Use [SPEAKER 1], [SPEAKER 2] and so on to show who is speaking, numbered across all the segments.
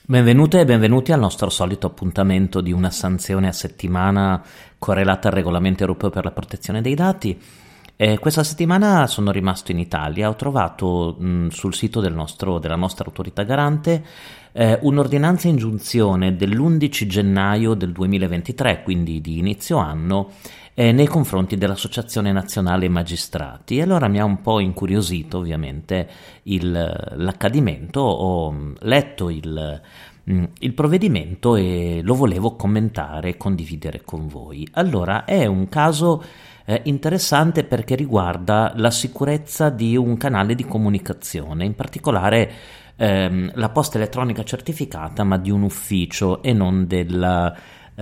[SPEAKER 1] Benvenute e benvenuti al nostro solito appuntamento di una sanzione a settimana correlata al regolamento europeo per la protezione dei dati. Questa settimana sono rimasto in Italia, ho trovato sul sito della nostra autorità garante un'ordinanza ingiunzione dell'11 gennaio del 2023, quindi di inizio anno, nei confronti dell'Associazione Nazionale Magistrati. E allora mi ha un po' incuriosito ovviamente l'accadimento, ho letto il provvedimento e lo volevo commentare e condividere con voi. Allora, è un caso interessante perché riguarda la sicurezza di un canale di comunicazione, in particolare la posta elettronica certificata, ma di un ufficio e non del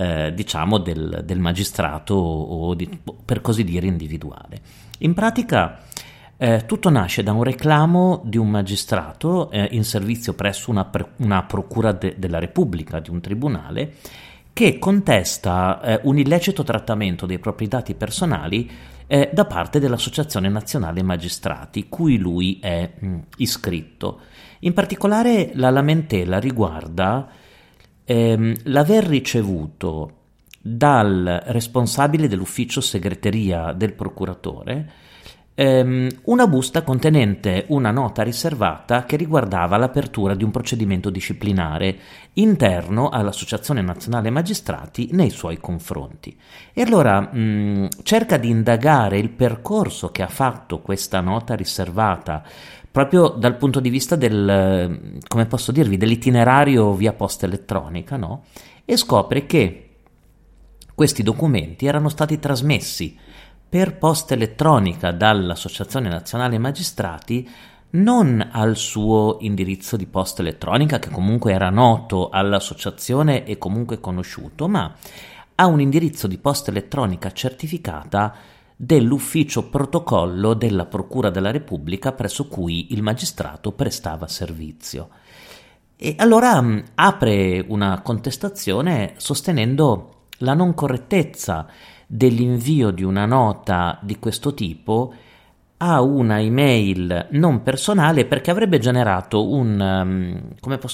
[SPEAKER 1] magistrato o per così dire individuale. In pratica tutto nasce da un reclamo di un magistrato in servizio presso una procura della Repubblica, di un tribunale, che contesta un illecito trattamento dei propri dati personali da parte dell'Associazione Nazionale Magistrati, cui lui è iscritto. In particolare la lamentela riguarda l'aver ricevuto dal responsabile dell'ufficio segreteria del procuratore una busta contenente una nota riservata che riguardava l'apertura di un procedimento disciplinare interno all'Associazione Nazionale Magistrati nei suoi confronti. E allora cerca di indagare il percorso che ha fatto questa nota riservata proprio dal punto di vista come posso dirvi, dell'itinerario via posta elettronica, no? E scopre che questi documenti erano stati trasmessi per posta elettronica dall'Associazione Nazionale Magistrati non al suo indirizzo di posta elettronica, che comunque era noto all'associazione e comunque conosciuto, ma a un indirizzo di posta elettronica certificata dell'ufficio protocollo della Procura della Repubblica presso cui il magistrato prestava servizio. E allora apre una contestazione sostenendo la non correttezza dell'invio di una nota di questo tipo a una email non personale, perché avrebbe generato un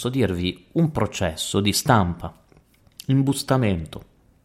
[SPEAKER 1] processo di stampa, imbustamento,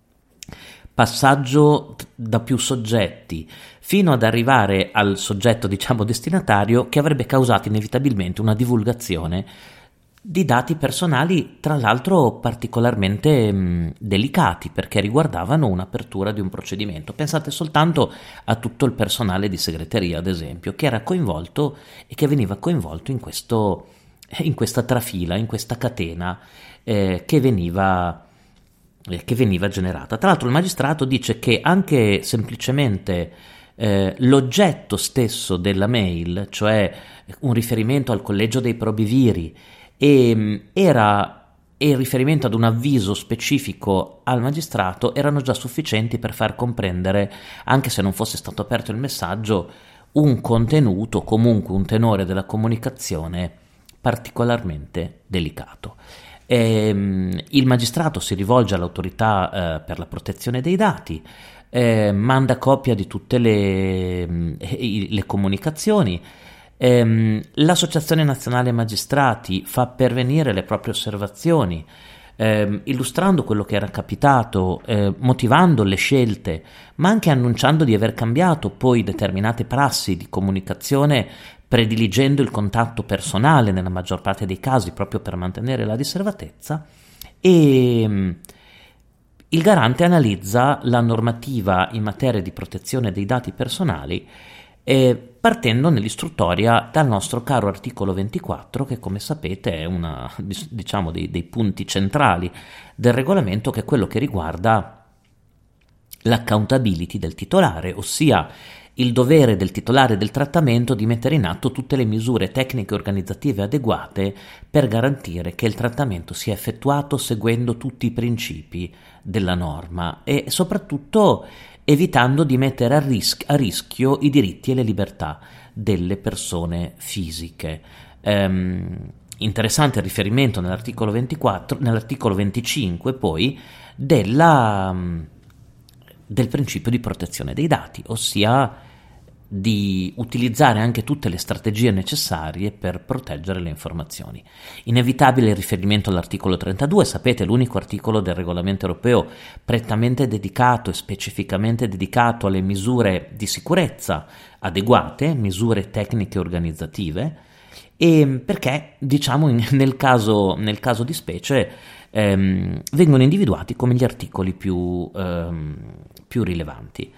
[SPEAKER 1] passaggio da più soggetti fino ad arrivare al soggetto, destinatario, che avrebbe causato inevitabilmente una divulgazione di dati personali, tra l'altro particolarmente delicati, perché riguardavano un'apertura di un procedimento. Pensate soltanto a tutto il personale di segreteria, ad esempio, che era coinvolto e che veniva coinvolto in questa trafila, in questa catena che veniva generata. Tra l'altro il magistrato dice che anche semplicemente l'oggetto stesso della mail, cioè un riferimento al collegio dei probiviri, era il riferimento ad un avviso specifico al magistrato, erano già sufficienti per far comprendere, anche se non fosse stato aperto il messaggio, un contenuto, comunque un tenore della comunicazione particolarmente delicato. Il magistrato si rivolge all'autorità per la protezione dei dati, manda copia di tutte le comunicazioni. L'Associazione Nazionale Magistrati fa pervenire le proprie osservazioni, illustrando quello che era capitato, motivando le scelte, ma anche annunciando di aver cambiato poi determinate prassi di comunicazione, prediligendo il contatto personale nella maggior parte dei casi proprio per mantenere la riservatezza. E il garante analizza la normativa in materia di protezione dei dati personali, partendo nell'istruttoria dal nostro caro articolo 24, che come sapete è dei punti centrali del regolamento, che è quello che riguarda l'accountability del titolare, ossia il dovere del titolare del trattamento di mettere in atto tutte le misure tecniche e organizzative adeguate per garantire che il trattamento sia effettuato seguendo tutti i principi della norma e soprattutto evitando di mettere a rischio i diritti e le libertà delle persone fisiche. Interessante il riferimento nell'articolo 25 poi del principio di protezione dei dati, ossia di utilizzare anche tutte le strategie necessarie per proteggere le informazioni. Inevitabile il riferimento all'articolo 32, sapete, l'unico articolo del regolamento europeo prettamente dedicato e specificamente dedicato alle misure di sicurezza adeguate, misure tecniche e organizzative, e perché, diciamo, nel caso di specie vengono individuati come gli articoli più rilevanti.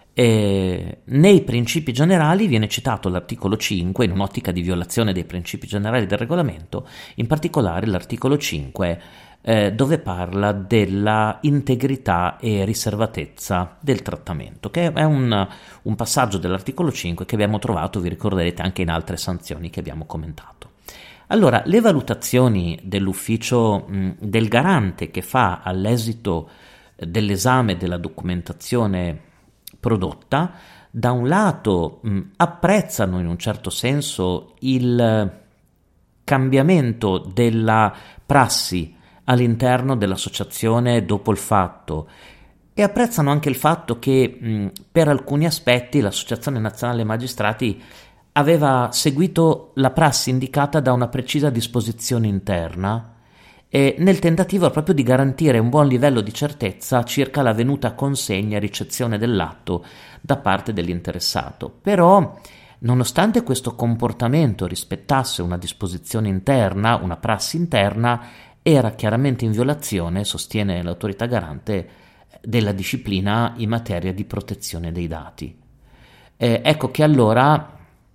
[SPEAKER 1] Nei principi generali viene citato l'articolo 5 in un'ottica di violazione dei principi generali del regolamento, in particolare l'articolo 5 dove parla della integrità e riservatezza del trattamento, che è un passaggio dell'articolo 5 che abbiamo trovato, vi ricorderete, anche in altre sanzioni che abbiamo commentato. Allora, le valutazioni dell'ufficio del garante che fa all'esito dell'esame della documentazione prodotta, da un lato apprezzano in un certo senso il cambiamento della prassi all'interno dell'associazione dopo il fatto e apprezzano anche il fatto che per alcuni aspetti l'Associazione Nazionale Magistrati aveva seguito la prassi indicata da una precisa disposizione interna nel tentativo proprio di garantire un buon livello di certezza circa la venuta consegna e ricezione dell'atto da parte dell'interessato. Però, nonostante questo comportamento rispettasse una disposizione interna, una prassi interna, era chiaramente in violazione, sostiene l'autorità garante, della disciplina in materia di protezione dei dati. Ecco che allora,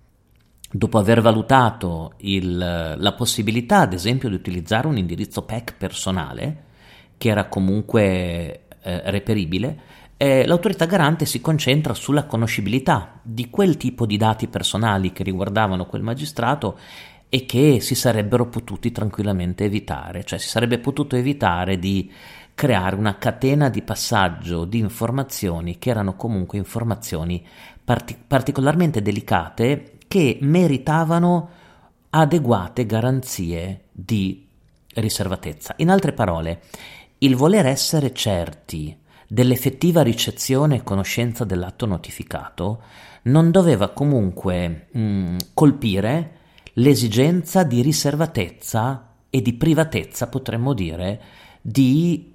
[SPEAKER 1] dopo aver valutato la possibilità, ad esempio, di utilizzare un indirizzo PEC personale, che era comunque reperibile, l'autorità garante si concentra sulla conoscibilità di quel tipo di dati personali che riguardavano quel magistrato e che si sarebbero potuti tranquillamente evitare, cioè si sarebbe potuto evitare di creare una catena di passaggio di informazioni che erano comunque informazioni particolarmente delicate che meritavano adeguate garanzie di riservatezza. In altre parole, il voler essere certi dell'effettiva ricezione e conoscenza dell'atto notificato non doveva comunque colpire l'esigenza di riservatezza e di privatezza, potremmo dire, di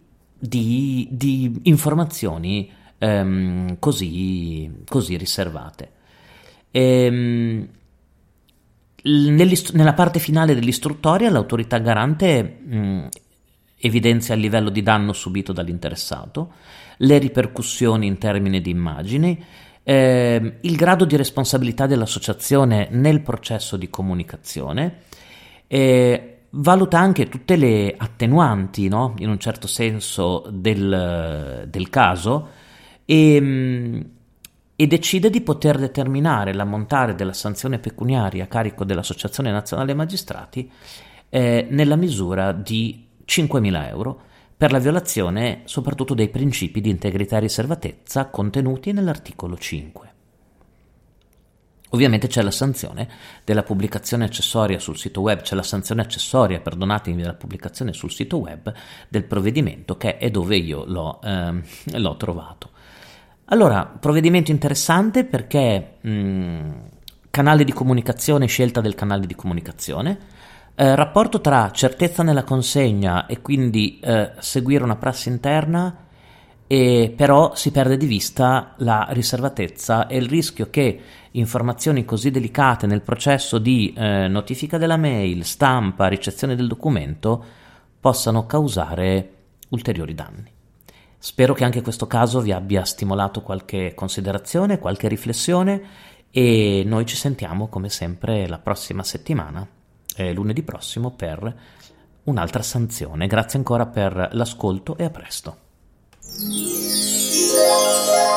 [SPEAKER 1] informazioni così riservate. Nella parte finale dell'istruttoria l'autorità garante evidenzia il livello di danno subito dall'interessato, le ripercussioni in termini di immagini, il grado di responsabilità dell'associazione nel processo di comunicazione, valuta anche tutte le attenuanti, no? In un certo senso del caso e decide di poter determinare l'ammontare della sanzione pecuniaria a carico dell'Associazione Nazionale Magistrati nella misura di 5.000 euro per la violazione soprattutto dei principi di integrità e riservatezza contenuti nell'articolo 5. Ovviamente c'è la sanzione della pubblicazione accessoria sul sito web, c'è la sanzione accessoria, perdonatemi, della pubblicazione sul sito web del provvedimento, che è dove io l'ho trovato. Allora, provvedimento interessante perché canale di comunicazione, scelta del canale di comunicazione, rapporto tra certezza nella consegna e quindi seguire una prassi interna, e però si perde di vista la riservatezza e il rischio che informazioni così delicate nel processo di notifica della mail, stampa, ricezione del documento possano causare ulteriori danni. Spero che anche questo caso vi abbia stimolato qualche considerazione, qualche riflessione e noi ci sentiamo come sempre la prossima settimana, lunedì prossimo, per un'altra sanzione. Grazie ancora per l'ascolto e a presto.